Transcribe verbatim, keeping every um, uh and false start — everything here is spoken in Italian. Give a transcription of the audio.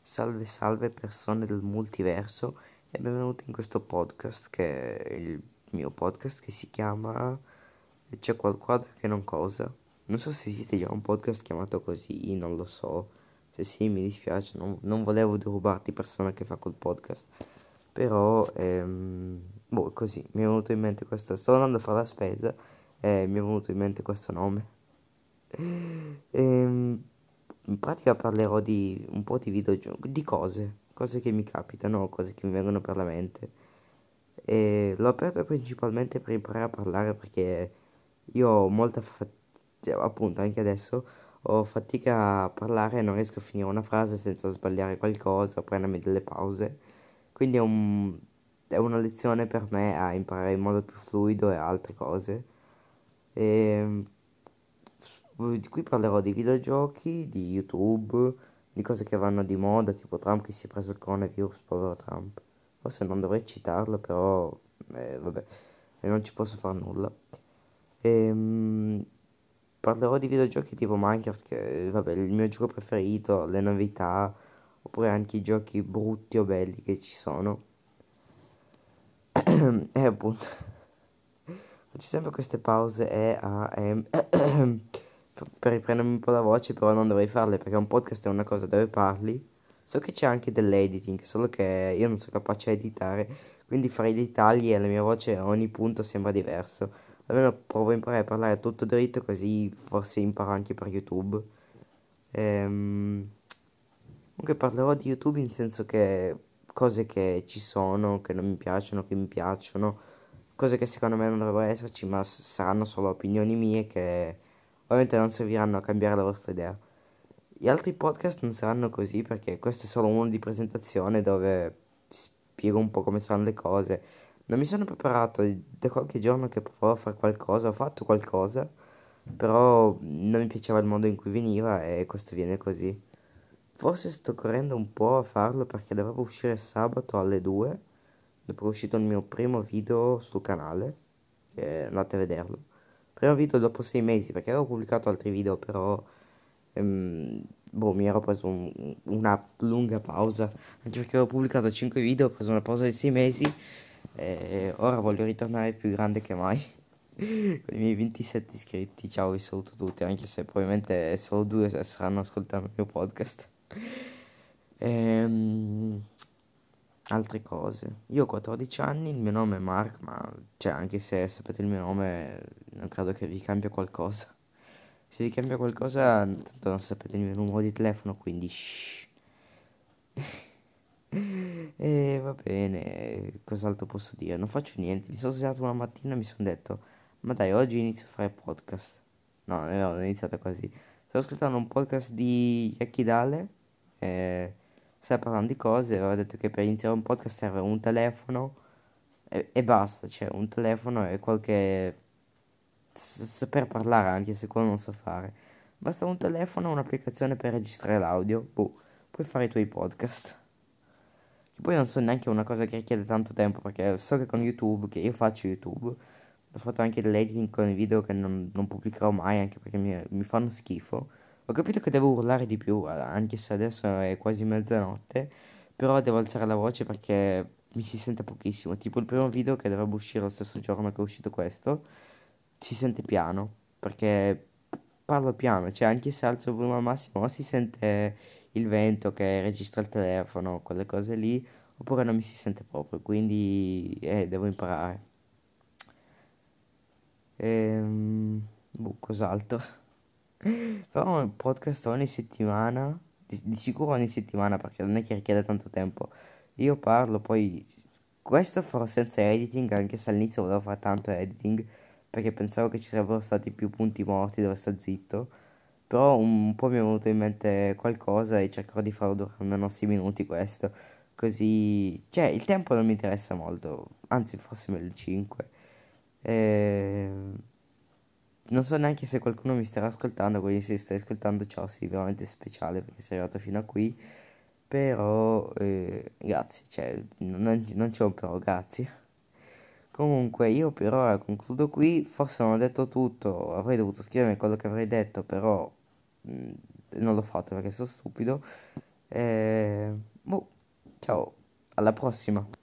Salve salve persone del multiverso e benvenuti in questo podcast che è il mio podcast che si chiama C'è qualcosa che non cosa. Non so se esiste già un podcast chiamato così, non lo so. Se sì, mi dispiace, non, non volevo derubarti persona che fa quel podcast. Però, ehm, boh, così, mi è venuto in mente questo. Stavo andando a fare la spesa e mi è venuto in mente questo nome. Ehm, In pratica parlerò di un po' di videogiochi, di cose, cose che mi capitano, cose che mi vengono per la mente. E l'ho aperto principalmente per imparare a parlare perché io ho molta fatica, appunto anche adesso ho fatica a parlare e non riesco a finire una frase senza sbagliare qualcosa, prendermi delle pause. Quindi è un, è una lezione per me a imparare in modo più fluido e altre cose. E di qui parlerò di videogiochi, di YouTube, di cose che vanno di moda, tipo Trump che si è preso il coronavirus, povero Trump. Forse non dovrei citarlo, però eh, vabbè, e non ci posso fare nulla. Ehm, Parlerò di videogiochi tipo Minecraft, che vabbè, è il mio gioco preferito, le novità, oppure anche i giochi brutti o belli che ci sono. E appunto, faccio sempre queste pause e a em, per riprendermi un po' la voce, però non dovrei farle perché un podcast è una cosa dove parli. So che c'è anche dell'editing, solo che io non sono capace a editare, quindi farei dei tagli e la mia voce a ogni punto sembra diverso. Almeno provo a imparare a parlare tutto dritto, così forse imparo anche per YouTube. Ehm, Comunque parlerò di YouTube in senso che cose che ci sono, che non mi piacciono, che mi piacciono, cose che secondo me non dovrebbero esserci, ma s- saranno solo opinioni mie che ovviamente non serviranno a cambiare la vostra idea. Gli altri podcast non saranno così perché questo è solo uno di presentazione dove spiego un po' come saranno le cose. Non mi sono preparato, è da qualche giorno che provo a fare qualcosa, ho fatto qualcosa, però non mi piaceva il modo in cui veniva e questo viene così. Forse sto correndo un po' a farlo perché dovevo uscire sabato alle due, dopo è uscito il mio primo video sul canale, che andate a vederlo. Primo video dopo sei mesi, perché avevo pubblicato altri video, però ehm, boh, mi ero preso un- una lunga pausa, anche perché avevo pubblicato cinque video, ho preso una pausa di sei mesi e ora voglio ritornare più grande che mai. Con i miei ventisette iscritti, ciao, vi saluto tutti, anche se probabilmente solo due saranno ascoltando il mio podcast. Ehm, Altre cose. Io ho quattordici anni, il mio nome è Mark, ma cioè anche se sapete il mio nome, non credo che vi cambia qualcosa. Se vi cambia qualcosa, tanto non sapete il mio numero di telefono, quindi shh. E va bene, cos'altro posso dire? Non faccio niente, mi sono svegliato una mattina e mi sono detto, ma dai, oggi inizio a fare podcast. No, no, non è iniziata così. Stavo ascoltando un podcast di Yakidale, eh, stava parlando di cose, aveva detto che per iniziare un podcast serve un telefono e, e basta, cioè un telefono e qualche... s- saper parlare anche se quello non so fare. Basta un telefono, un'applicazione per registrare l'audio, boh, puoi fare i tuoi podcast. Che poi non so neanche una cosa che richiede tanto tempo, perché so che con YouTube, che io faccio YouTube, ho fatto anche dell'editing con i video che non, non pubblicherò mai, anche perché mi, mi fanno schifo. Ho capito che devo urlare di più, eh, anche se adesso è quasi mezzanotte, però devo alzare la voce perché mi si sente pochissimo. Tipo il primo video che dovrebbe uscire lo stesso giorno che è uscito questo, si sente piano, perché parlo piano, cioè anche se alzo il volume al massimo o si sente il vento che registra il telefono, quelle cose lì, oppure non mi si sente proprio, quindi eh, devo imparare. Ehm, boh, cos'altro? Farò un podcast ogni settimana, di, di sicuro ogni settimana perché non è che richiede tanto tempo. Io parlo, poi questo farò senza editing, anche se all'inizio volevo fare tanto editing, perché pensavo che ci sarebbero stati più punti morti dove sta zitto. Però un po' mi è venuto in mente qualcosa e cercherò di farlo durare almeno sei minuti questo. Così... Cioè, il tempo non mi interessa molto, anzi forse meglio il cinque. Ehm, Non so neanche se qualcuno mi starà ascoltando, quindi se stai ascoltando ciao, sei veramente speciale perché sei arrivato fino a qui. Però, eh, grazie, cioè, non, non c'è un però, grazie. Comunque, io per ora concludo qui, forse non ho detto tutto, avrei dovuto scrivere quello che avrei detto, però mh, non l'ho fatto perché sono stupido. Eh, boh, ciao, alla prossima.